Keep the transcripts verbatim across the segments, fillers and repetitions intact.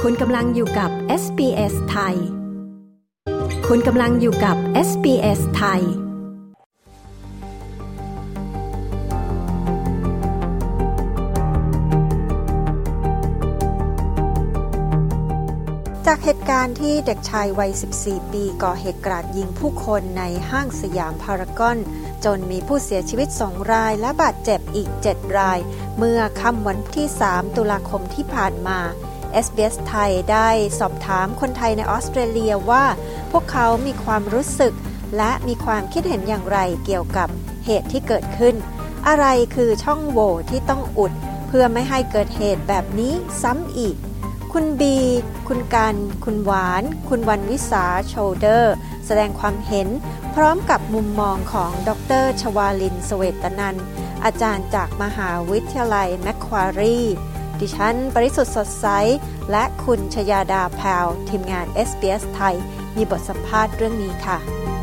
คุณกำลังอยู่กับ เอส บี เอส ไทยคุณกำลังอยู่กับ เอส บี เอส ไทยจากเหตุการณ์ที่เด็กชายวัยสิบสี่ปีก่อเหตุกราดยิงผู้คนในห้างสยามพารากอนจนมีผู้เสียชีวิตสองรายและบาดเจ็บอีกเจ็ดรายเมื่อค่ำวันที่สามตุลาคมที่ผ่านมา เอส บี เอส ไทยได้สอบถามคนไทยในออสเตรเลียว่าพวกเขามีความรู้สึกและมีความคิดเห็นอย่างไรเกี่ยวกับเหตุที่เกิดขึ้นอะไรคือช่องโหว่ที่ต้องอุดเพื่อไม่ให้เกิดเหตุแบบนี้ซ้ำอีกคุณบีคุณกันคุณหวานคุณวันวิสาโชเดอร์แสดงความเห็นพร้อมกับมุมมองของดร.ชวาลินเสเวตนันท์อาจารย์จากมหาวิทยาลัยแมคควารีดิฉันปริสุทธิ์สดใสและคุณชยาดาแพรวทีมงาน เอส บี เอส ไทยมีบทสัมภาษณ์เรื่องนี้ค่ะ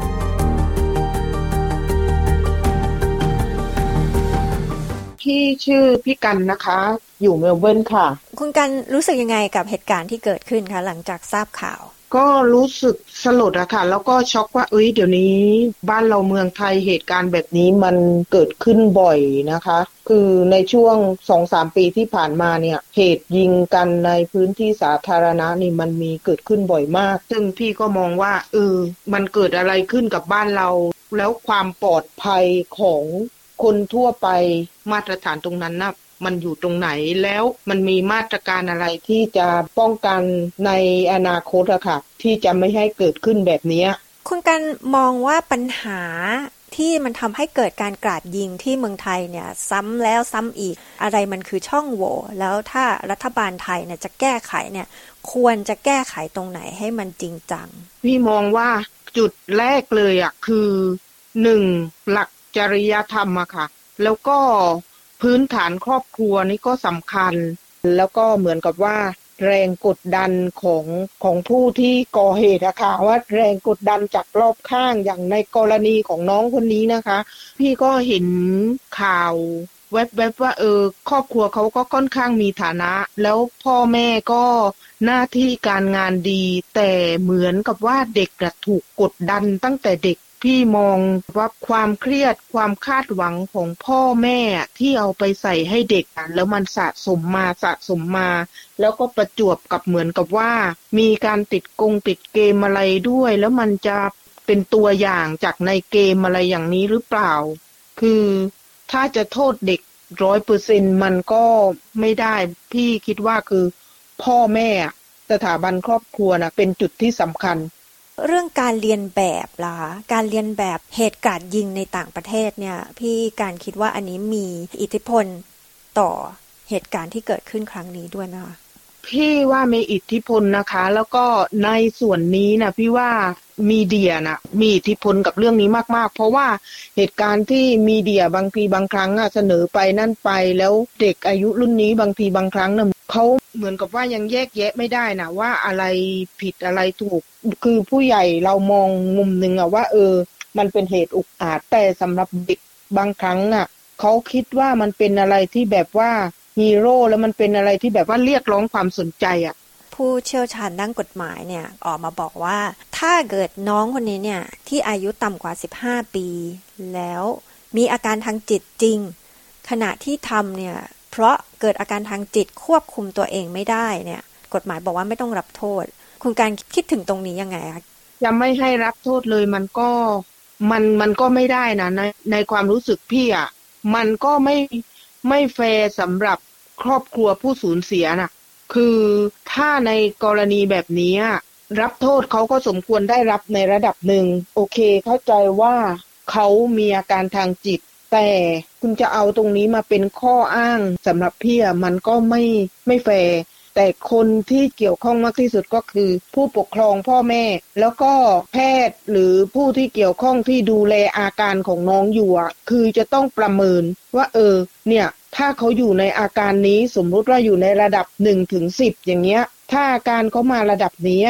พี่ชื่อพี่กันนะคะอยู่เมลเบิร์นค่ะคุณกันรู้สึกยังไงกับเหตุการณ์ที่เกิดขึ้นคะหลังจากทราบข่าวก็รู้สึกสลดอะค่ะแล้วก็ช็อกว่าเอ้ยเดี๋ยวนี้บ้านเราเมืองไทยเหตุการณ์แบบนี้มันเกิดขึ้นบ่อยนะคะคือในช่วง สองถึงสาม ปีที่ผ่านมาเนี่ยเหตุยิงกันในพื้นที่สาธารณะนี่มันมีเกิดขึ้นบ่อยมากซึ่งพี่ก็มองว่าเออมันเกิดอะไรขึ้นกับบ้านเราแล้วความปลอดภัยของคนทั่วไปมาตรฐานตรงนั้นนะมันอยู่ตรงไหนแล้วมันมีมาตรการอะไรที่จะป้องกันในอนาคตอะค่ะที่จะไม่ให้เกิดขึ้นแบบนี้คุณกันมองว่าปัญหาที่มันทำให้เกิดการกราดยิงที่เมืองไทยเนี่ยซ้ำแล้วซ้ำอีกอะไรมันคือช่องโหว่แล้วถ้ารัฐบาลไทยเนี่ยจะแก้ไขเนี่ยควรจะแก้ไขตรงไหนให้มันจริงจังพี่มองว่าจุดแรกเลยอะคือหนึ่งหลักจริยธรรมอะค่ะแล้วก็พื้นฐานครอบครัวนี่ก็สำคัญแล้วก็เหมือนกับว่าแรงกดดันของของผู้ที่ก่อเหตุอะค่ะว่าแรงกดดันจากรอบข้างอย่างในกรณีของน้องคนนี้นะคะพี่ก็เห็นข่าวแวบๆว่าเออครอบครัวเขาก็ค่อนข้างมีฐานะแล้วพ่อแม่ก็หน้าที่การงานดีแต่เหมือนกับว่าเด็กอะถูกกดดันตั้งแต่เด็กพี่มองว่าความเครียดความคาดหวังของพ่อแม่ที่เอาไปใส่ให้เด็กแล้วมันสะสมมาสะสมมาแล้วก็ประจวบกับเหมือนกับว่ามีการติดกงติดเกมอะไรด้วยแล้วมันจะเป็นตัวอย่างจากในเกมอะไรอย่างนี้หรือเปล่าคือถ้าจะโทษเด็ก ร้อยเปอร์เซ็นต์ มันก็ไม่ได้พี่คิดว่าคือพ่อแม่สถาบันครอบครัวนะเป็นจุดที่สำคัญเรื่องการเรียนแบบล่ะการเรียนแบบเหตุการณ์ยิงในต่างประเทศเนี่ยพี่การคิดว่าอันนี้มีอิทธิพลต่อเหตุการณ์ที่เกิดขึ้นครั้งนี้ด้วยนะคะพี่ว่ามีอิทธิพลนะคะแล้วก็ในส่วนนี้นะพี่ว่ามีเดียนะมีอิทธิพลกับเรื่องนี้มากๆเพราะว่าเหตุการณ์ที่มีเดียบางทีบางครั้งเสนอไปนั่นไปแล้วเด็กอายุรุ่นนี้บางทีบางครั้งนะเขาเหมือนกับว่ายังแยกแยะไม่ได้นะว่าอะไรผิดอะไรถูกคือผู้ใหญ่เรามองมุมนึงอะว่าเออมันเป็นเหตุอุกอาจแต่สำหรับเด็กบางครั้งน่ะเขาคิดว่ามันเป็นอะไรที่แบบว่าฮีโร่แล้วมันเป็นอะไรที่แบบว่าเรียกร้องความสนใจอ่ะผู้เชี่ยวชาญด้านกฎหมายเนี่ยออกมาบอกว่าถ้าเกิดน้องคนนี้เนี่ยที่อายุต่ำกว่าสิบห้าปีแล้วมีอาการทางจิตจริงขณะที่ทำเนี่ยเพราะเกิดอาการทางจิตควบคุมตัวเองไม่ได้เนี่ยกฎหมายบอกว่าไม่ต้องรับโทษคุณการคิดถึงตรงนี้ยังไงคะจะไม่ให้รับโทษเลยมันก็มันมันก็ไม่ได้นะในในความรู้สึกพี่อ่ะมันก็ไม่ไม่แฟร์สำหรับครอบครัวผู้สูญเสียน่ะคือถ้าในกรณีแบบนี้รับโทษเขาก็สมควรได้รับในระดับหนึ่งโอเคเข้าใจว่าเขามีอาการทางจิตแต่คุณจะเอาตรงนี้มาเป็นข้ออ้างสำหรับพี่มันก็ไม่ไม่แฟร์แต่คนที่เกี่ยวข้องมากที่สุดก็คือผู้ปกครองพ่อแม่แล้วก็แพทย์หรือผู้ที่เกี่ยวข้องที่ดูแลอาการของน้องอยู่คือจะต้องประเมินว่าเออเนี่ยถ้าเขาอยู่ในอาการนี้สมมุติว่าอยู่ในระดับหนึ่งถึงสิบอย่างเงี้ยถ้าอาการเขามาระดับนี้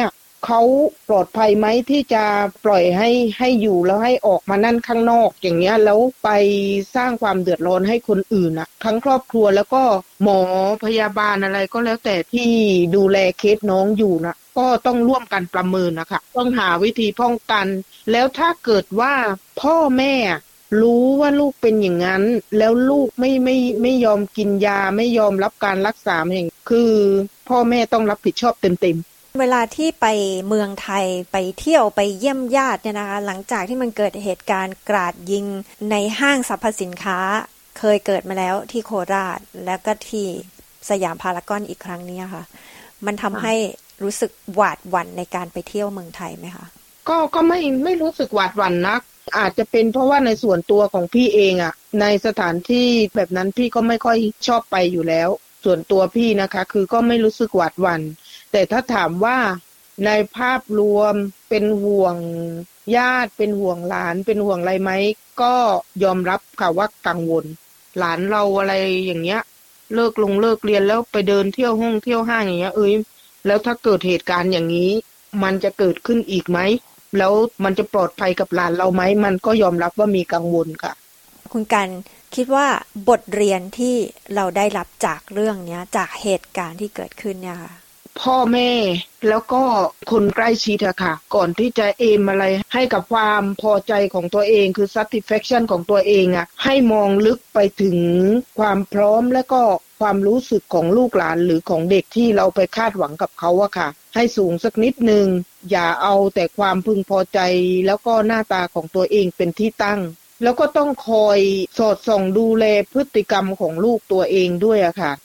เขาปลอดภัยไหมที่จะปล่อยให้ให้อยู่แล้วให้ออกมานั่นข้างนอกอย่างเงี้ยแล้วไปสร้างความเดือดร้อนให้คนอื่นอ่ะทั้งครอบครัวแล้วก็หมอพยาบาลอะไรก็แล้วแต่ที่ดูแลเคสน้องอยู่นะก็ต้องร่วมกันประเมินนะคะต้องหาวิธีป้องกันแล้วถ้าเกิดว่าพ่อแม่รู้ว่าลูกเป็นอย่างนั้นแล้วลูกไม่ไม่ไม่ยอมกินยาไม่ยอมรับการรักษาอย่างคือพ่อแม่ต้องรับผิดชอบเต็มๆเวลาที่ไปเมืองไทยไปเที่ยวไปเยี่ยมญาติเนี่ยนะคะหลังจากที่มันเกิดเหตุการณ์กราดยิงในห้างสรรพสินค้าเคยเกิดมาแล้วที่โคราชแล้วก็ที่สยามพารากอนอีกครั้งนี้ค่ะมันทำให้รู้สึกหวาดหวั่นในการไปเที่ยวเมืองไทยไหมคะก็ก็ไม่ไม่รู้สึกหวาดหวั่นนักอาจจะเป็นเพราะว่าในส่วนตัวของพี่เองอ่ะในสถานที่แบบนั้นพี่ก็ไม่ค่อยชอบไปอยู่แล้วส่วนตัวพี่นะคะคือก็ไม่รู้สึกหวาดหวั่นแต่ถ้าถามว่าในภาพรวมเป็นห่วงญาติเป็นห่วงหลานเป็นห่วงอะไรไหมก็ยอมรับค่ะว่ากังวลหลานเราอะไรอย่างเงี้ยเลิกลงเลิกเรียนแล้วไปเดินเที่ยวห้องเที่ยวห้างอย่างเงี้ยเอ้ยแล้วถ้าเกิดเหตุการณ์อย่างนี้มันจะเกิดขึ้นอีกไหมแล้วมันจะปลอดภัยกับหลานเราไหมมันก็ยอมรับว่ามีกังวลค่ะคุณกันคิดว่าบทเรียนที่เราได้รับจากเรื่องนี้จากเหตุการณ์ที่เกิดขึ้นเนี่ยค่ะพ่อแม่แล้วก็คนใกล้ชิดอะค่ะก่อนที่จะเอมอะไรให้กับความพอใจของตัวเองคือ satisfaction ของตัวเองอะให้มองลึกไปถึงความพร้อมและก็ความรู้สึกของลูกหลานหรือของเด็กที่เราไปคาดหวังกับเขาอะค่ะให้สูงสักนิดนึงอย่าเอาแต่ความพึงพอใจแล้วก็หน้าตาของตัวเองเป็นที่ตั้งแล้วก็ต้องคอยสอดส่องดูแลพฤติกรรมของลูกตัวเองด้วยอะค่ะ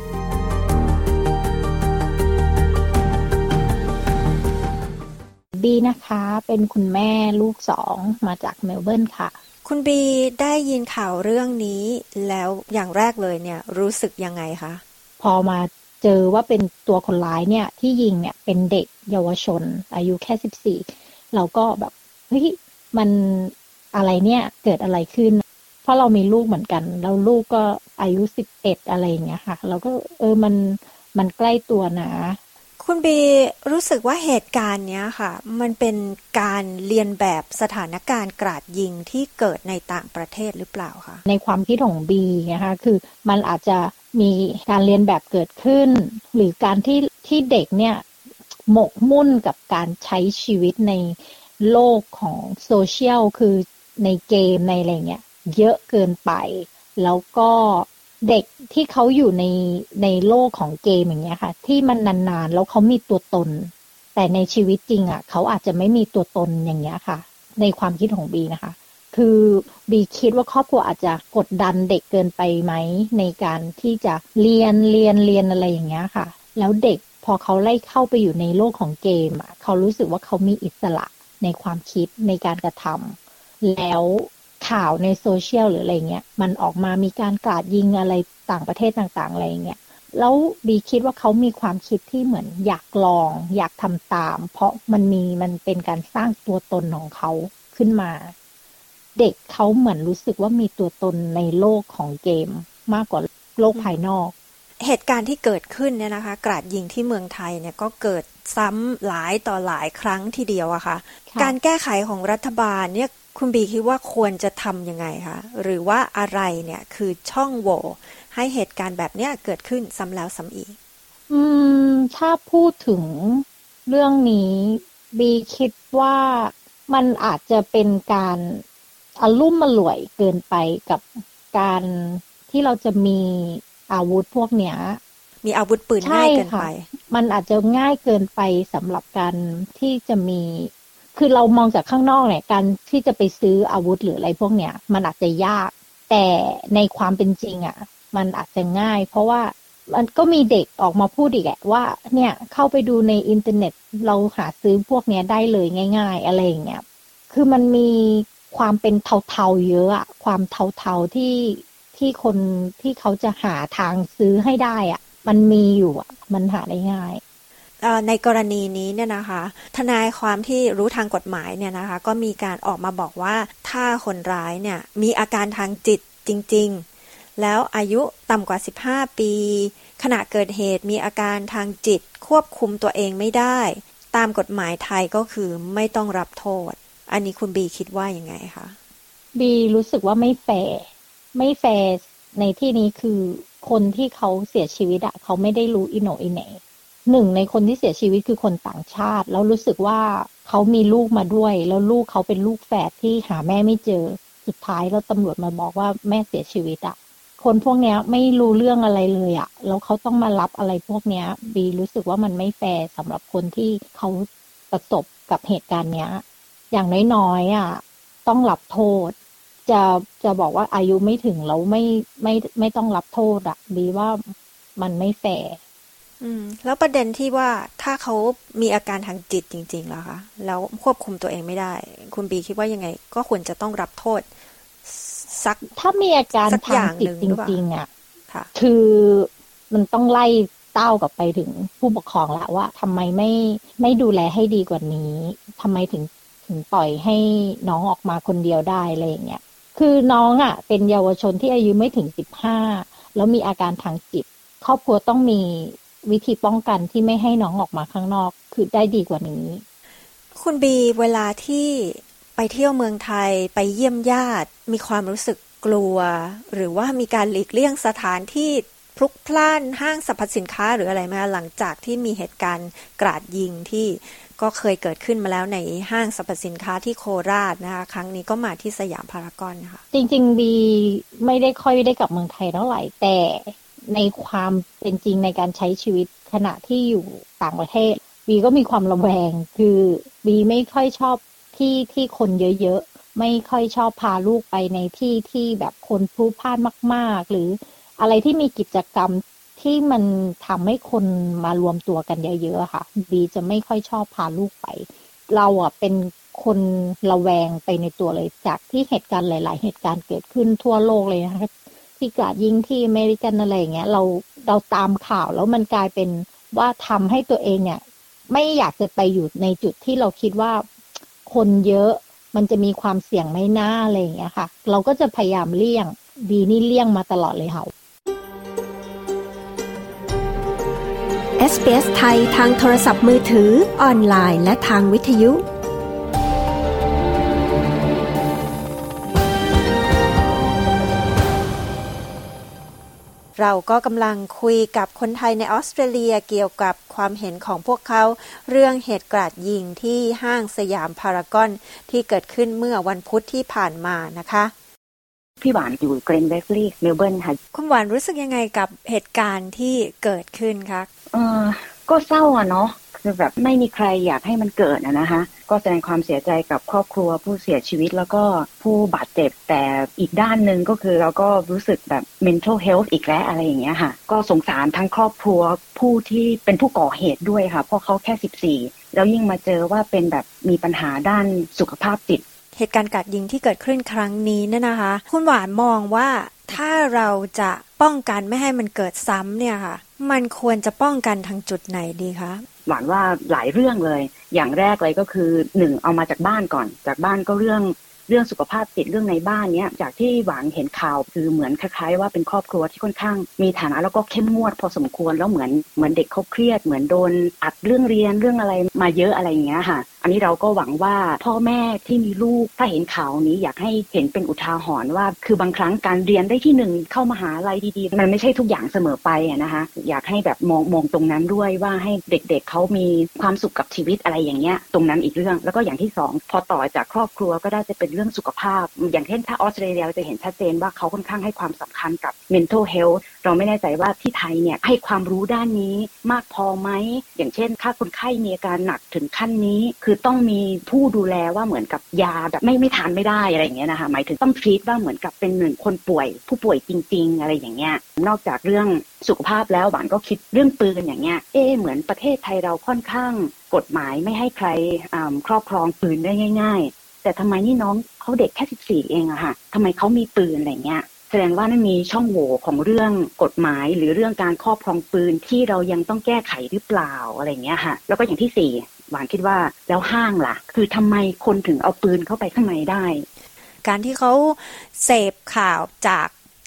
บีนะคะเป็นคุณแม่ลูกสองมาจากเมลเบิร์นค่ะคุณบีได้ยินข่าวเรื่องนี้แล้วอย่างแรกเลยเนี่ยรู้สึกยังไงคะพอมาเจอว่าเป็นตัวคนร้ายเนี่ยที่ยิงเนี่ยเป็นเด็กเยาวชนอายุแค่สิบสี่เราก็แบบเฮ้ยมันอะไรเนี่ยเกิดอะไรขึ้นเพราะเรามีลูกเหมือนกันแล้วลูกก็อายุสิบเอ็ดอะไรอย่างเงี้ยค่ะเราก็เออมันมันใกล้ตัวนะคุณบีรู้สึกว่าเหตุการณ์เนี้ยค่ะมันเป็นการเรียนแบบสถานการณ์กราดยิงที่เกิดในต่างประเทศหรือเปล่าคะในความคิดของบีนะคะคือมันอาจจะมีการเรียนแบบเกิดขึ้นหรือการที่ที่เด็กเนี่ยหมกมุ่นกับการใช้ชีวิตในโลกของโซเชียลคือในเกมในอะไรเงี้ยเยอะเกินไปแล้วก็เด็กที่เขาอยู่ในในโลกของเกมอย่างเงี้ยค่ะที่มันนานๆแล้วเขามีตัวตนแต่ในชีวิตจริงอ่ะเขาอาจจะไม่มีตัวตนอย่างเงี้ยค่ะในความคิดของบีนะคะคือบีคิดว่าครอบครัวอาจจะกดดันเด็กเกินไปไหมในการที่จะเรียนเรียนเรียนอะไรอย่างเงี้ยค่ะแล้วเด็กพอเขาไล่เข้าไปอยู่ในโลกของเกมอ่ะเขารู้สึกว่าเขามีอิสระในความคิดในการกระทำแล้วข่าวในโซเชียลหรืออะไรเงี้ยมันออกมามีการกราดยิงอะไรต่างประเทศต่างๆอะไรเงี้ยแล้วบีคิดว่าเขามีความคิดที่เหมือนอยากลองอยากทำตามเพราะมันมีมันเป็นการสร้างตัวตนของเขาขึ้นมาเด็กเขาเหมือนรู้สึกว่ามีตัวตนในโลกของเกมมากกว่าโลกภายนอกเหตุการณ์ที่เกิดขึ้นเนี่ยนะคะกราดยิงที่เมืองไทยเนี่ยก็เกิดซ้ำหลายต่อหลายครั้งทีเดียวอะค่ะการแก้ไขของรัฐบาลเนี่ยคุณบีคิดว่าควรจะทำยังไงคะหรือว่าอะไรเนี่ยคือช่องโหว่ให้เหตุการณ์แบบเนี้ยเกิดขึ้นซ้ำแล้วซ้ำอีกอืมถ้าพูดถึงเรื่องนี้บีคิดว่ามันอาจจะเป็นการอลุ่มอล่วยเกินไปกับการที่เราจะมีอาวุธพวกเนี้ยมีอาวุธปืนง่ายเกินไปมันอาจจะง่ายเกินไปสำหรับการที่จะมีคือเรามองจากข้างนอกเนี่ยการที่จะไปซื้ออาวุธหรืออะไรพวกเนี้ยมันอาจจะยากแต่ในความเป็นจริงอ่ะมันอาจจะง่ายเพราะว่ามันก็มีเด็กออกมาพูดอีกแหละว่าเนี่ยเข้าไปดูในอินเทอร์เน็ตเราหาซื้อพวกเนี้ยได้เลยง่ายๆอะไรอย่างเงี้ยคือมันมีความเป็นเทาๆเยอะอะความเทาๆที่ที่คนที่เขาจะหาทางซื้อให้ได้อ่ะมันมีอยู่อ่ะมันหาได้ง่ายในกรณีนี้เนี่ยนะคะทนายความที่รู้ทางกฎหมายเนี่ยนะคะก็มีการออกมาบอกว่าถ้าคนร้ายเนี่ยมีอาการทางจิตจริงๆแล้วอายุต่ำกว่าสิบห้าปีขณะเกิดเหตุมีอาการทางจิตควบคุมตัวเองไม่ได้ตามกฎหมายไทยก็คือไม่ต้องรับโทษอันนี้คุณบีคิดว่ายังไงคะบีรู้สึกว่าไม่แฟร์ไม่แฟร์ในที่นี้คือคนที่เขาเสียชีวิตอะเขาไม่ได้รู้อิโหนอิเหน่หนึ่งในคนที่เสียชีวิตคือคนต่างชาติแล้วรู้สึกว่าเขามีลูกมาด้วยแล้วลูกเขาเป็นลูกแฝดที่หาแม่ไม่เจอสุดท้ายแล้วตำรวจมาบอกว่าแม่เสียชีวิตอะคนพวกนี้ไม่รู้เรื่องอะไรเลยอะแล้วเขาต้องมารับอะไรพวกนี้บีรู้สึกว่ามันไม่แฟร์สำหรับคนที่เขาประสบกับเหตุการณ์เนี้ยอย่างน้อยๆอะต้องรับโทษจะจะบอกว่าอายุไม่ถึงแล้วไม่ไม่ไม่ต้องรับโทษอะบีว่ามันไม่แฟร์อืมแล้วประเด็นที่ว่าถ้าเขามีอาการทางจิตจริงๆล่ะคะแล้วควบคุมตัวเองไม่ได้คุณบีคิดว่ายังไงก็ควรจะต้องรับโทษสักถ้ามีอาการทางจิตจริงๆอ่ะคือมันต้องไล่เต้ากลับไปถึงผู้ปกครองละว่าทำไมไม่ไม่ดูแลให้ดีกว่านี้ทำไมถึงถึงปล่อยให้น้องออกมาคนเดียวได้อะไรอย่างเงี้ยคือน้องอ่ะเป็นเยาวชนที่อายุไม่ถึงสิบห้าแล้วมีอาการทางจิตครอบครัวต้องมีวิธีป้องกันที่ไม่ให้น้องออกมาข้างนอกคือได้ดีกว่านี้คุณบีเวลาที่ไปเที่ยวเมืองไทยไปเยี่ยมญาติมีความรู้สึกกลัวหรือว่ามีการหลีกเลี่ยงสถานที่พลุกพล่านห้างสรรพสินค้าหรืออะไรมาหลังจากที่มีเหตุการณ์กราดยิงที่ก็เคยเกิดขึ้นมาแล้วในห้างสรรพสินค้าที่โคราชนะคะครั้งนี้ก็มาที่สยามพารากอนค่ะจริงๆบีไม่ได้ค่อยได้กลับเมืองไทยเท่าไหร่แต่ในความเป็นจริงในการใช้ชีวิตขณะที่อยู่ต่างประเทศบีก็มีความระแวงคือบีไม่ค่อยชอบที่ที่คนเยอะๆไม่ค่อยชอบพาลูกไปในที่ที่แบบคนพลุกพล่านมากๆหรืออะไรที่มีกิจกรรมที่มันทำให้คนมารวมตัวกันเยอะๆค่ะบีจะไม่ค่อยชอบพาลูกไปเราอ่ะเป็นคนระแวงไปในตัวเลยจากที่เหตุการณ์หลายๆเหตุการณ์เกิดขึ้นทั่วโลกเลยนะคะที่กราดยิงที่อเมริกันอะไรอย่างเงี้ยเราเราตามข่าวแล้วมันกลายเป็นว่าทำให้ตัวเองเนี่ยไม่อยากจะไปอยู่ในจุดที่เราคิดว่าคนเยอะมันจะมีความเสี่ยงไม่น่าอะไรอย่างเงี้ยค่ะเราก็จะพยายามเลี่ยงบีนี่เลี่ยงมาตลอดเลยค่ะเอส บี เอส ไทยทางโทรศัพท์มือถือออนไลน์และทางวิทยุเราก็กำลังคุยกับคนไทยในออสเตรเลียเกี่ยวกับความเห็นของพวกเขาเรื่องเหตุกราดยิงที่ห้างสยามพารากอนที่เกิดขึ้นเมื่อวันพุธที่ผ่านมานะคะพี่หวานอยู่เกรนเวสลีย์เมลเบิร์นค่ะคุณหวานรู้สึกยังไงกับเหตุการณ์ที่เกิดขึ้นคะเออก็เศร้าอ่ะเนาะคือแบบไม่มีใครอยากให้มันเกิดอะนะคะก็แสดงความเสียใจกับครอบครัวผู้เสียชีวิตแล้วก็ผู้บาดเจ็บแต่อีกด้านนึงก็คือเราก็รู้สึกแบบ mental health อีกแล้วอะไรอย่างเงี้ยค่ะก็สงสารทั้งครอบครัวผู้ที่เป็นผู้ก่อเหตุด้วยค่ะเพราะเขาแค่สิบสี่แล้วยิ่งมาเจอว่าเป็นแบบมีปัญหาด้านสุขภาพจิตเหตุการณ์กราดยิงที่เกิดขึ้นครั้งนี้เนี่ยนะคะคุณหวานมองว่าถ้าเราจะป้องกันไม่ให้มันเกิดซ้ำเนี่ยค่ะมันควรจะป้องกันทางจุดไหนดีคะหวานว่าหลายเรื่องเลยอย่างแรกเลยก็คือหนึ่งเอามาจากบ้านก่อนจากบ้านก็เรื่องเรื่องสุขภาพจิตเรื่องในบ้านเนี้ยจากที่หวานเห็นข่าวคือเหมือนคล้ายๆว่าเป็นครอบครัวที่ค่อนข้างมีฐานะแล้วก็เข้มงวดพอสมควรแล้วเหมือนเหมือนเด็กเขาเครียดเหมือนโดนอัดเรื่องเรียนเรื่องอะไรมาเยอะอะไรอย่างเงี้ยค่ะอันนี้เราก็หวังว่าพ่อแม่ที่มีลูกถ้าเห็นข่าวนี้อยากให้เห็นเป็นอุทาหรณ์ว่าคือบางครั้งการเรียนได้ที่หนึ่งเข้ามหาลัยดีๆมันไม่ใช่ทุกอย่างเสมอไปอะนะคะอยากให้แบบมองมองตรงนั้นด้วยว่าให้เด็กๆ เ, เขามีความสุขกับชีวิตอะไรอย่างเงี้ยตรงนั้นอีกเรื่องแล้วก็อย่างที่สองพอต่อจากครอบครัวก็ได้จะเป็นเรื่องสุขภาพอย่างเช่นถ้าออสเตรเลียเราจะเห็นชัดเจนว่าเขาค่อนข้างให้ความสำคัญกับ mental health เราไม่แน่ใจว่าที่ไทยเนี่ยให้ความรู้ด้านนี้มากพอไหมอย่างเช่นถ้าคนไข้มีอาการหนักถึงขั้นนี้คือต้องมีผู้ดูแลว่าเหมือนกับยาแบบไม่ไม่ทานไม่ได้อะไรอย่างเงี้ยนะคะหมายถึงต้องทรีตว่าเหมือนกับเป็นหนึ่งคนป่วยผู้ป่วยจริงๆอะไรอย่างเงี้ยนอกจากเรื่องสุขภาพแล้วหวานก็คิดเรื่องปืนอย่างเงี้ยเอ๊ะเหมือนประเทศไทยเราค่อนข้างกฎหมายไม่ให้ใครครอบครองปืนได้ง่ายๆแต่ทำไมนี่น้องเขาเด็กแค่สิบสี่เองอะค่ะทำไมเขามีปืนอะไรเงี้ยแสดงว่านั่นมีช่องโหว่ของเรื่องกฎหมายหรือเรื่องการครอบครองปืนที่เรายังต้องแก้ไขหรือเปล่าอะไรเงี้ยค่ะแล้วก็อย่างที่สี่หวานคิดว่าแล้วห้างล่ะคือทำไมคนถึงเอาปืนเข้าไปข้างในได้การที่เขาเสพข่าวจาก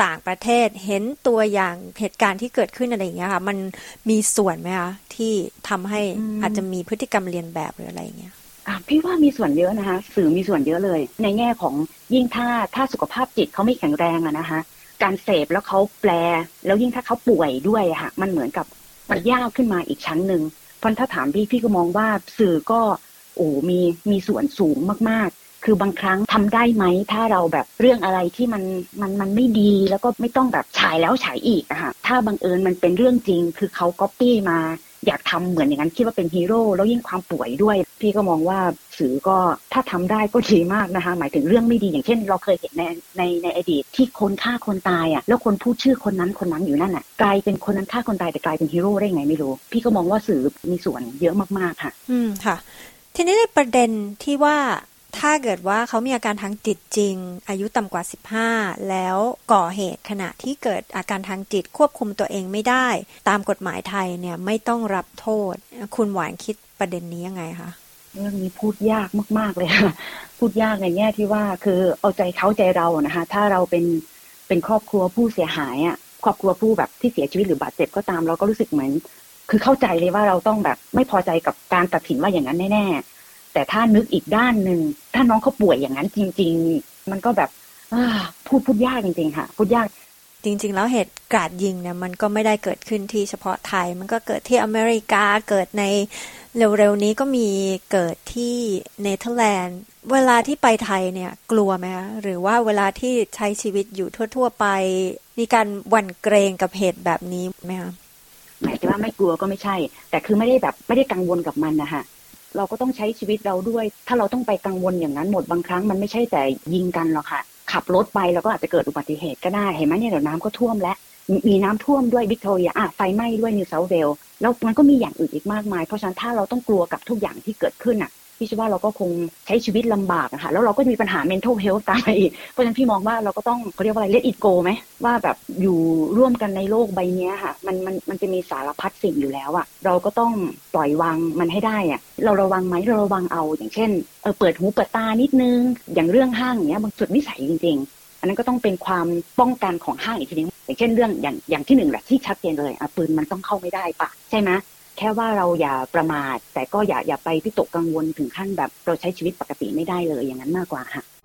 ต่างประเทศเห็นตัวอย่างเหตุการณ์ที่เกิดขึ้นอะไรอย่างเงี้ยค่ะมันมีส่วนไหมคะที่ทำให้อาจจะมีพฤติกรรมเลียนแบบหรืออะไรอย่างเงี้ยอ่ะพี่ว่ามีส่วนเยอะนะคะสื่อมีส่วนเยอะเลยในแง่ของยิ่งถ้าถ้าสุขภาพจิตเขาไม่แข็งแรงอะนะคะการเสพแล้วเขาแปลแล้วยิ่งถ้าเขาป่วยด้วยอะค่ะมันเหมือนกับมันยากขึ้นมาอีกชั้นนึงเพราะถ้าถามพี่พี่ก็มองว่าสื่อก็โอ้มีมีส่วนสูงมากๆคือบางครั้งทำได้ไหมถ้าเราแบบเรื่องอะไรที่มันมันมันไม่ดีแล้วก็ไม่ต้องแบบฉายแล้วฉายอีกอะค่ะถ้าบังเอิญมันเป็นเรื่องจริงคือเขาก๊อปปี้มาอยากทำเหมือนอย่างนั้นคิดว่าเป็นฮีโร่แล้วยิ่งความป่วยด้วยพี่ก็มองว่าสื่อก็ถ้าทำได้ก็ดีมากนะคะหมายถึงเรื่องไม่ดีอย่างเช่นเราเคยเห็นในในในอดีตที่คนฆ่าคนตายอ่ะแล้วคนพูดชื่อคนนั้นคนนั้นอยู่นั่นอ่ะกลายเป็นคนนั้นฆ่าคนตายแต่กลายเป็นฮีโร่ได้ไงไม่รู้พี่ก็มองว่าสื่อมีส่วนเยอะมากๆค่ะอืมค่ะทีนี้ในประเด็นที่ว่าถ้าเกิดว่าเขามีอาการทางจิตจริงอายุต่ำกว่าสิบห้าแล้วก่อเหตุขณะที่เกิดอาการทางจิตควบคุมตัวเองไม่ได้ตามกฎหมายไทยเนี่ยไม่ต้องรับโทษคุณหวานคิดประเด็นนี้ยังไงคะเรื่องนี้พูดยากมากๆเลยค่ะพูดยากในแง่ที่ว่าคือเอาใจเขาใจเรานะคะถ้าเราเป็นเป็นครอบครัวผู้เสียหายอ่ะครอบครัวผู้แบบที่เสียชีวิตหรือบาดเจ็บก็ตามเราก็รู้สึกเหมือนคือเข้าใจเลยว่าเราต้องแบบไม่พอใจกับการตัดสินว่าอย่างนั้นแน่ๆแต่ถ้านึกอีกด้านนึงถ้าน้องเขาป่วยอย่างนั้นจริงๆมันก็แบบพูดพูดยากจริงๆค่ะพูดยากจริงๆแล้วเหตุกราดยิงเนี่ยมันก็ไม่ได้เกิดขึ้นที่เฉพาะไทยมันก็เกิดที่อเมริกาเกิดในเร็วๆนี้ก็มีเกิดที่เนเธอร์แลนด์เวลาที่ไปไทยเนี่ยกลัวไหมคะหรือว่าเวลาที่ใช้ชีวิตอยู่ทั่วๆไปมีการหวั่นเกรงกับเหตุแบบนี้ไหมคะหมายถึงว่าไม่กลัวก็ไม่ใช่แต่คือไม่ได้แบบไม่ได้กังวลกับมันนะคะเราก็ต้องใช้ชีวิตเราด้วยถ้าเราต้องไปกังวลอย่างนั้นหมดบางครั้งมันไม่ใช่แต่ยิงกันหรอกค่ะขับรถไปแล้วก็อาจจะเกิดอุบัติเหตุก็ได้เห็นไหมเนี่ยเดี๋ยวน้ำก็ท่วมแล้วมีน้ำท่วมด้วยวิกตอเรียอ่ะไฟไหม้ด้วยนิวเซาท์เวลส์แล้วมันก็มีอย่างอื่นอีกมากมายเพราะฉะนั้นถ้าเราต้องกลัวกับทุกอย่างที่เกิดขึ้นอ่ะพี่เชื่อว่าเราก็คงใช้ชีวิตลำบากอะค่ะแล้วเราก็มีปัญหา mental health ตามมาอีกเพราะฉะนั้นพี่มองว่าเราก็ต้องเขาเรียกว่าอะไร let it go ไหมว่าแบบอยู่ร่วมกันในโลกใบนี้ค่ะมันมันมันจะมีสารพัดสิ่งอยู่แล้วอะเราก็ต้องปล่อยวางมันให้ได้อะเราระวังไหมเราระวังเอาอย่างเช่นเออเปิดหูเปิดตานิดนึงอย่างเรื่องห้างอย่างเงี้ยบางจุดนิสัยจริงๆอันนั้นก็ต้องเป็นความป้องกันของห้างอีกทีนึงอย่างเช่นเรื่องอย่างอย่างที่หนึ่งแหละที่ชัดเจนเลยอ่ะปืนมันต้องเข้าไม่ได้ปะใช่ไหมแค่ว่าเราอย่าประมาทแต่ก็อย่าอย่าไปพิตกกังวลถึงขั้นแบบเราใช้ชีวิตปกติไม่ได้เลยอย่างนั้นมากกว่าค่ะ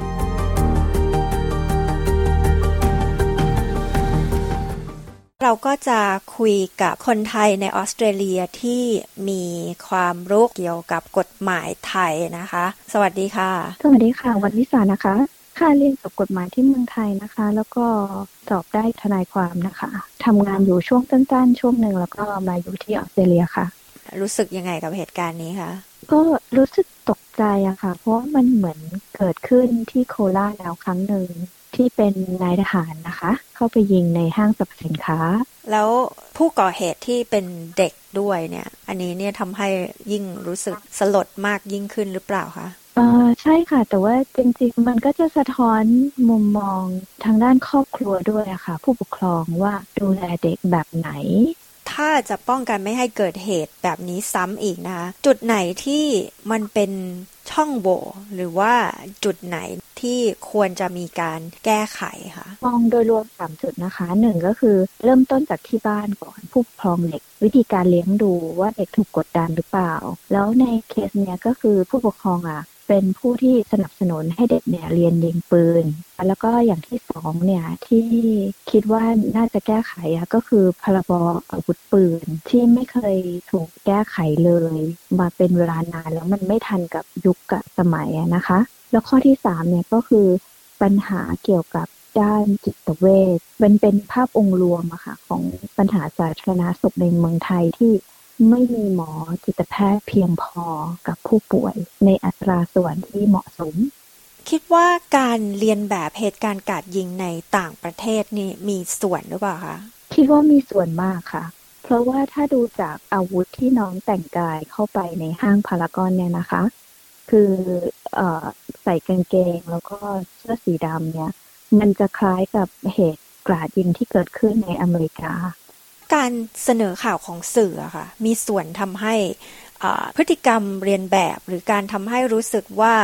เราก็จะคุยกับคนไทยในออสเตรเลียที่มีความรู้เกี่ยวกับกฎหมายไทยนะคะสวัสดีค่ะสวัสดีค่ะวันวิสานะคะค่ะเรียนจบกฎหมายที่เมืองไทยนะคะแล้วก็สอบได้ทนายความนะคะทำงานอยู่ช่วงสั้นๆช่วงหนึ่งแล้วก็มาอยู่ที่ออสเตรเลียค่ะรู้สึกยังไงกับเหตุการณ์นี้คะก็รู้สึกตกใจอะค่ะเพราะมันเหมือนเกิดขึ้นที่โคราชแล้วครั้งหนึ่งที่เป็นนายทหารนะคะเข้าไปยิงในห้างสรรพสินค้าแล้วผู้ก่อเหตุที่เป็นเด็กด้วยเนี่ยอันนี้เนี่ยทำให้ยิ่งรู้สึกสลดมากยิ่งขึ้นหรือเปล่าคะอ่าใช่ค่ะแต่ว่าจริงๆมันก็จะสะท้อนมุมมองทางด้านครอบครัวด้วยอะค่ะผู้ปกครองว่าดูแลเด็กแบบไหนถ้าจะป้องกันไม่ให้เกิดเหตุแบบนี้ซ้ำอีกนะคะจุดไหนที่มันเป็นช่องโหว่หรือว่าจุดไหนที่ควรจะมีการแก้ไขคะมองโดยรวมสามจุดนะคะหนึ่งก็คือเริ่มต้นจากที่บ้านก่อนผู้ปกครองเด็กวิธีการเลี้ยงดูว่าเด็กถูกกดดันหรือเปล่าแล้วในเคสเนี้ยก็คือผู้ปกครองอ่ะเป็นผู้ที่สนับสนุนให้เด็กเนี่ยเรียนยิงปืนแล้วก็อย่างที่สองเนี่ยที่คิดว่าน่าจะแก้ไขอ่ะก็คือพรบอาวุธปืนที่ไม่เคยถูกแก้ไขเลยมาเป็นเวลานานแล้วมันไม่ทันกับยุคกับสมัยนะคะแล้วข้อที่สามเนี่ยก็คือปัญหาเกี่ยวกับด้านจิตเวชเป็นเป็นภาพองค์รวมอะค่ะของปัญหาสาธารณสุขในเมืองไทยที่ไม่มีหมอจิตแพทย์เพียงพอกับผู้ป่วยในอัตราส่วนที่เหมาะสมคิดว่าการเรียนแบบเหตุการณ์กราดยิงในต่างประเทศนี่มีส่วนหรือเปล่าคะคิดว่ามีส่วนมากค่ะเพราะว่าถ้าดูจากอาวุธที่น้องแต่งกายเข้าไปในห้างพารากอนเนี่ยนะคะคือเอ่อใส่กางเกงแล้วก็เสื้อสีดำเนี่ยมันจะคล้ายกับเหตุกราดยิงที่เกิดขึ้นในอเมริกาการเสนอข่าวของสื่ออะค่ะมีส่วนทำให้พฤติกรรมเรียนแบบหรือการทำให้รู้สึกว่า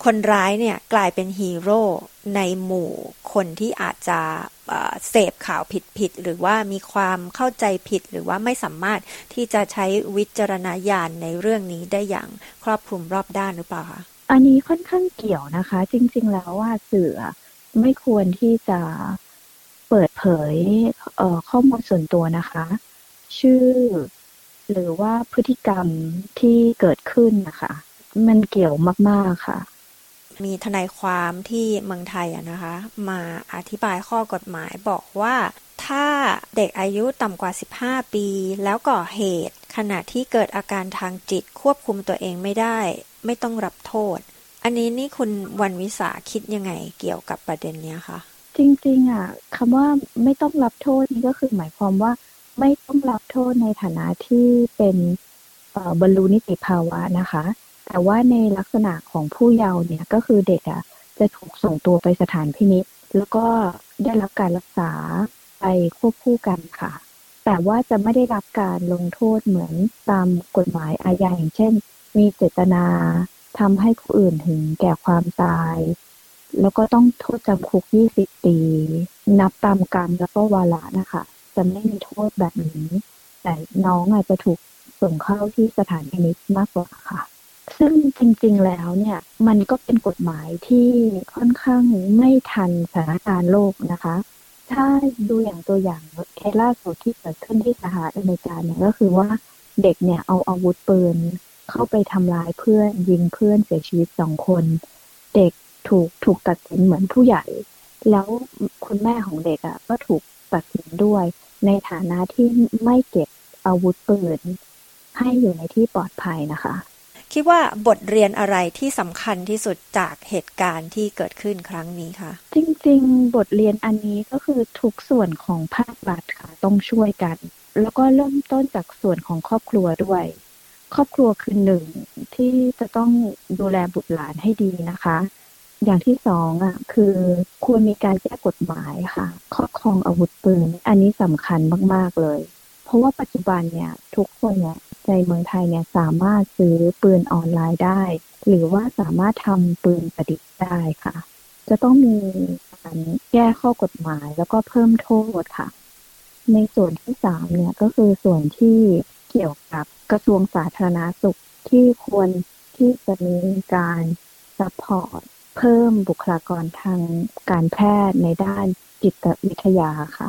คนร้ายเนี่ยกลายเป็นฮีโร่ในหมู่คนที่อาจจะเสพข่าวผิดๆหรือว่ามีความเข้าใจผิดหรือว่าไม่สามารถที่จะใช้วิจารณญาณในเรื่องนี้ได้อย่างครอบคลุมรอบด้านหรือเปล่าคะอันนี้ค่อนข้างเกี่ยวนะคะจริงๆแล้วว่าสื่อไม่ควรที่จะเปิดเผยเอ่อข้อมูลส่วนตัวนะคะชื่อหรือว่าพฤติกรรมที่เกิดขึ้นนะคะมันเกี่ยวมากๆค่ะมีทนายความที่เมืองไทยอะนะคะมาอธิบายข้อกฎหมายบอกว่าถ้าเด็กอายุต่ำกว่าสิบห้าปีแล้วก่อเหตุขณะที่เกิดอาการทางจิตควบคุมตัวเองไม่ได้ไม่ต้องรับโทษอันนี้นี่คุณวรรณวิสาคิดยังไงเกี่ยวกับประเด็นนี้คะจริงๆอ่ะคำว่าไม่ต้องรับโทษนี่ก็คือหมายความว่าไม่ต้องรับโทษในฐานะที่เป็นบรรลุนิติภาวะนะคะแต่ว่าในลักษณะของผู้เยาว์เนี่ยก็คือเด็กอ่ะจะถูกส่งตัวไปสถานพินิจแล้วก็ได้รับการรักษาไปควบคู่กันค่ะแต่ว่าจะไม่ได้รับการลงโทษเหมือนตามกฎหมายอาญาอย่างเช่นมีเจตนาทำให้ผู้อื่นถึงแก่ความตายแล้วก็ต้องโทษจำคุกยี่สิบปีนับตามกรรมแล้วก็วาระนะคะจะไม่มีโทษแบบนี้แต่น้องอาจจะถูกส่งเข้าที่สถานพินิจมากกว่าค่ะซึ่งจริงๆแล้วเนี่ยมันก็เป็นกฎหมายที่ค่อนข้างไม่ทันสถานการณ์โลกนะคะถ้าดูอย่างตัวอย่างเคสล่าสุดที่เกิดขึ้นที่สหรัฐอเมริกาเนี่ยก็คือว่าเด็กเนี่ยเอาอาวุธปืนเข้าไปทำร้ายเพื่อนยิงเพื่อนเสียชีวิตสองคนเด็กถูกถูกตัดสินเหมือนผู้ใหญ่แล้วคุณแม่ของเด็กอ่ะก็ถูกตัดสินด้วยในฐานะที่ไม่เก็บอาวุธปืนให้อยู่ในที่ปลอดภัยนะคะคิดว่าบทเรียนอะไรที่สำคัญที่สุดจากเหตุการณ์ที่เกิดขึ้นครั้งนี้คะจริงๆบทเรียนอันนี้ก็คือทุกส่วนของภาครัฐค่ะต้องช่วยกันแล้วก็เริ่มต้นจากส่วนของครอบครัวด้วยครอบครัวคือหนึ่งที่จะต้องดูแลบุตรหลานให้ดีนะคะอย่างที่สองอ่ะคือควรมีการแก้กฎหมายค่ะครอบครองอาวุธปืนอันนี้สำคัญมากๆเลยเพราะว่าปัจจุบันเนี่ยทุกคนเนี่ยในเมืองไทยเนี่ยสามารถซื้อปืนออนไลน์ได้หรือว่าสามารถทำปืนประดิษฐ์ได้ค่ะจะต้องมีการแก้ข้อกฎหมายแล้วก็เพิ่มโทษค่ะในส่วนที่สามเนี่ยก็คือส่วนที่เกี่ยวกับกระทรวงสาธารณสุขที่ควรที่จะมีการซัพพอร์ตเพิ่มบุคลากรทางการแพทย์ในด้านจิตวิทยาค่ะ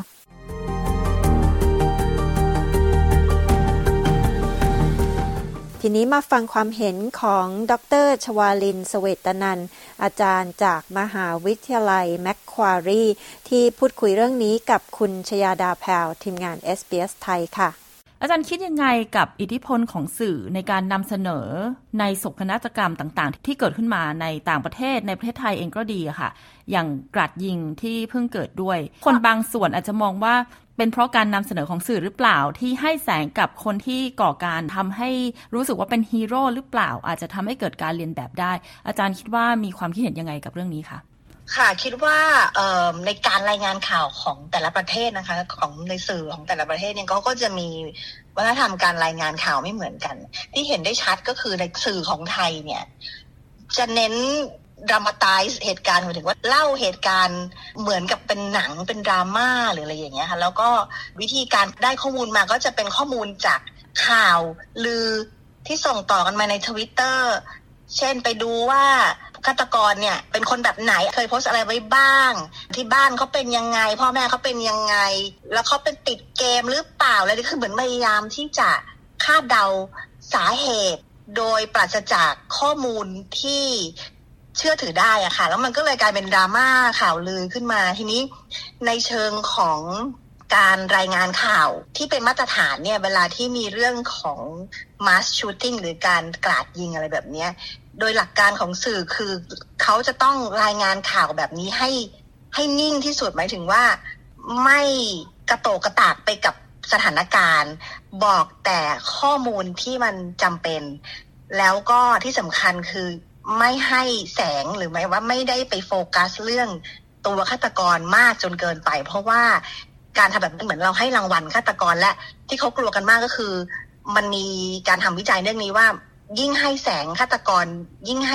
ทีนี้มาฟังความเห็นของดร.ชวาลิน เสวตนันท์อาจารย์จากมหาวิทยาลัยแมคควารีที่พูดคุยเรื่องนี้กับคุณชยาดาแพรวทีมงาน เอส บี เอส ไทยค่ะอาจารย์คิดยังไงกับอิทธิพลของสื่อในการนำเสนอในโศกนาฏกรรมต่างๆที่เกิดขึ้นมาในต่างประเทศในประเทศไทยเองก็ดีอะค่ะอย่างกราดยิงที่เพิ่งเกิดด้วยคนบางส่วนอาจจะมองว่าเป็นเพราะการนำเสนอของสื่อหรือเปล่าที่ให้แสงกับคนที่ก่อการทำให้รู้สึกว่าเป็นฮีโร่หรือเปล่าอาจจะทำให้เกิดการเรียนแบบได้อาจารย์คิดว่ามีความคิดเห็นยังไงกับเรื่องนี้คะค่ะคิดว่าในการรายงานข่าวของแต่ละประเทศนะคะของในสื่อของแต่ละประเทศเนี่ยเขาก็จะมีวัฒนธรรมการรายงานข่าวไม่เหมือนกันที่เห็นได้ชัดก็คือในสื่อของไทยเนี่ยจะเน้นดรามาไตซ์เหตุการณ์หมายถึงว่าเล่าเหตุการณ์เหมือนกับเป็นหนังเป็นดราม่าหรืออะไรอย่างเงี้ยค่ะแล้วก็วิธีการได้ข้อมูลมาก็จะเป็นข้อมูลจากข่าวลือที่ส่งต่อกันมาใน Twitter เช่นไปดูว่าฆาตกรเนี่ยเป็นคนแบบไหนเคยโพสอะไรไว้บ้างที่บ้านเขาเป็นยังไงพ่อแม่เขาเป็นยังไงแล้วเขาเป็นติดเกมหรือเปล่าอะไรนี่คือเหมือนพยายามที่จะคาดเดาสาเหตุโดยปราศจากข้อมูลที่เชื่อถือได้อะค่ะแล้วมันก็เลยกลายเป็นดราม่าข่าวลือขึ้นมาทีนี้ในเชิงของการรายงานข่าวที่เป็นมาตรฐานเนี่ยเวลาที่มีเรื่องของ mass shooting หรือการกราดยิงอะไรแบบนี้โดยหลักการของสื่อคือเขาจะต้องรายงานข่าวแบบนี้ให้ให้นิ่งที่สุดหมายถึงว่าไม่กระโตกกระตากไปกับสถานการณ์บอกแต่ข้อมูลที่มันจำเป็นแล้วก็ที่สำคัญคือไม่ให้แสงหรือไม่ว่าไม่ได้ไปโฟกัสเรื่องตัวฆาตกรมากจนเกินไปเพราะว่าการทำแบบนี้เหมือนเราให้รางวัลฆาตกรและที่เขากลัวกันมากก็คือมันมีการทำวิจัยเรื่องนี้ว่ายิ่งให้แสงฆาตกรยิ่งให้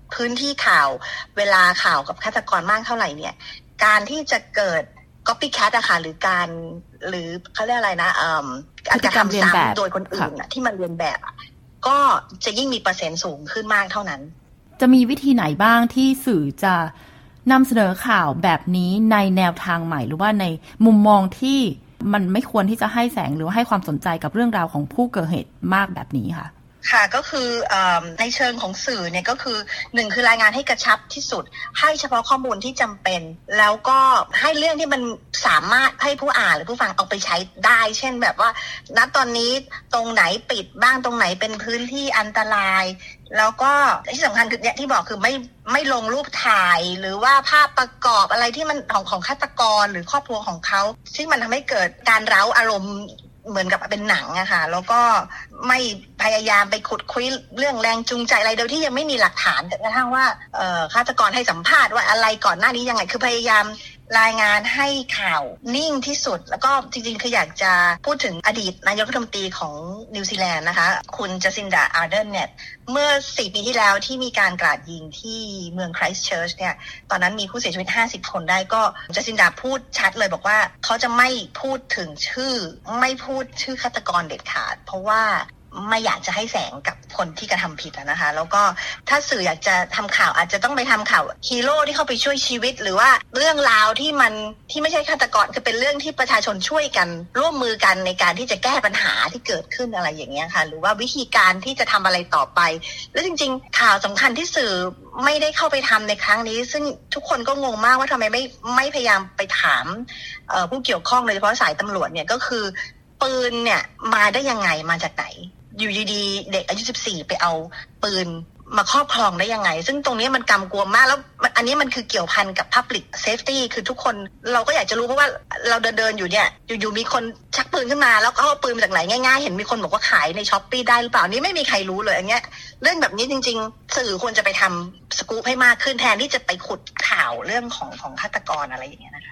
พื้นที่ข่าวเวลาข่าวกับฆาตกรมากเท่าไหร่เนี่ยการที่จะเกิด copycat อะค่ะหรือการหรือเขาเรียกอะไรนะเอ่อการกระทำซ้ำโดยคนอื่นอะที่มันเรียนแบบอะก็จะยิ่งมีเปอร์เซ็นต์สูงขึ้นมากเท่านั้นจะมีวิธีไหนบ้างที่สื่อจะนำเสนอข่าวแบบนี้ในแนวทางใหม่หรือว่าในมุมมองที่มันไม่ควรที่จะให้แสงหรือให้ความสนใจกับเรื่องราวของผู้เกิดเหตุมากแบบนี้ค่ะค่ะก็คือในเชิงของสื่อเนี่ยก็คือหนึ่งคือรายงานให้กระชับที่สุดให้เฉพาะข้อมูลที่จำเป็นแล้วก็ให้เรื่องที่มันสามารถให้ผู้อ่านหรือผู้ฟังเอาไปใช้ได้เช่นแบบว่าณตอนนี้ตรงไหนปิดบ้างตรงไหนเป็นพื้นที่อันตรายแล้วก็ที่สำคัญคือเนี่ยที่บอกคือไม่ไม่ลงรูปถ่ายหรือว่าภาพประกอบอะไรที่มันของของฆาตกรหรือครอบครัวของเขาซึ่งมันทำให้เกิดการเร้าอารมณ์เหมือนกับเป็นหนังอะค่ะแล้วก็ไม่พยายามไปขุดคุยเรื่องแรงจูงใจอะไรโดยที่ยังไม่มีหลักฐานกระทั่งว่าฆาตกรให้สัมภาษณ์ว่าอะไรก่อนหน้านี้ยังไงคือพยายามรายงานให้ข่าวนิ่งที่สุดแล้วก็จริงๆคืออยากจะพูดถึงอดีตนายกรัฐมนตรีของนิวซีแลนด์นะคะคุณจัสินดาอาร์เดนเนี่ยเมื่อสี่ปีที่แล้วที่มีการกราดยิงที่เมืองไครสต์เชิร์ชเนี่ยตอนนั้นมีผู้เสียชีวิตห้าสิบคนได้ก็จัสินดาพูดชัดเลยบอกว่าเขาจะไม่พูดถึงชื่อไม่พูดชื่อฆาตกรเด็ดขาดเพราะว่าไม่อยากจะให้แสงกับคนที่กระทำผิดนะคะแล้วก็ถ้าสื่ออยากจะทำข่าวอาจจะต้องไปทำข่าวฮีโร่ที่เข้าไปช่วยชีวิตหรือว่าเรื่องราวที่มันที่ไม่ใช่ฆาตกรคือเป็นเรื่องที่ประชาชนช่วยกันร่วมมือกันในการที่จะแก้ปัญหาที่เกิดขึ้นอะไรอย่างเงี้ยค่ะหรือว่าวิธีการที่จะทำอะไรต่อไปแล้วจริงๆข่าวสำคัญที่สื่อไม่ได้เข้าไปทำในครั้งนี้ซึ่งทุกคนก็งงมากว่าทำไมไม่ไม่พยายามไปถามผู้เกี่ยวข้องโดยเฉพาะสายตำรวจเนี่ยก็คือปืนเนี่ยมาได้ยังไงมาจากไหนอยู่ดีๆเด็กอายุสิบสี่ไปเอาปืนมาครอบครองได้ยังไงซึ่งตรงนี้มันกำกวมมากแล้วอันนี้มันคือเกี่ยวพันกับ Public Safety คือทุกคนเราก็อยากจะรู้เพราะว่าเราเดินๆอยู่เนี่ยอยู่ๆมีคนชักปืนขึ้นมาแล้วก็เอาปืนมาจากไหนง่ายๆเห็นมีคนบอกว่าขายใน Shopee ได้หรือเปล่านี่ไม่มีใครรู้เลยอันเนี้ยเรื่องแบบนี้จริงๆสื่อควรจะไปทำสกู๊ปให้มากขึ้นแทนที่จะไปขุดข่าวเรื่องของของฆาตกรอะไรอย่างเงี้ยนะคะ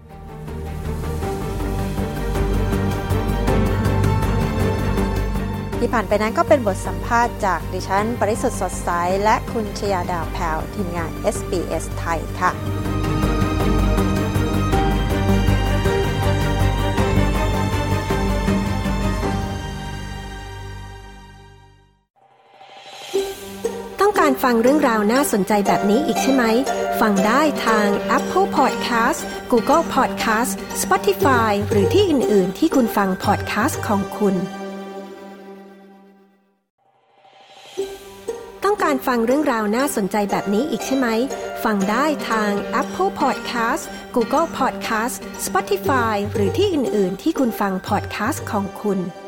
ที่ผ่านไปนั้นก็เป็นบทสัมภาษณ์จากดิฉันปริสุทธิ์สดใสและคุณชยาดาแพรวทีมงาน เอส บี เอส ไทยค่ะต้องการฟังเรื่องราวน่าสนใจแบบนี้อีกใช่ไหมฟังได้ทาง Apple Podcast Google Podcast Spotify หรือที่อื่นๆที่คุณฟัง podcast ของคุณต้องการฟังเรื่องราวน่าสนใจแบบนี้อีกใช่ไหมฟังได้ทาง Apple Podcast Google Podcast Spotify หรือที่อื่นๆที่คุณฟัง podcast ของคุณ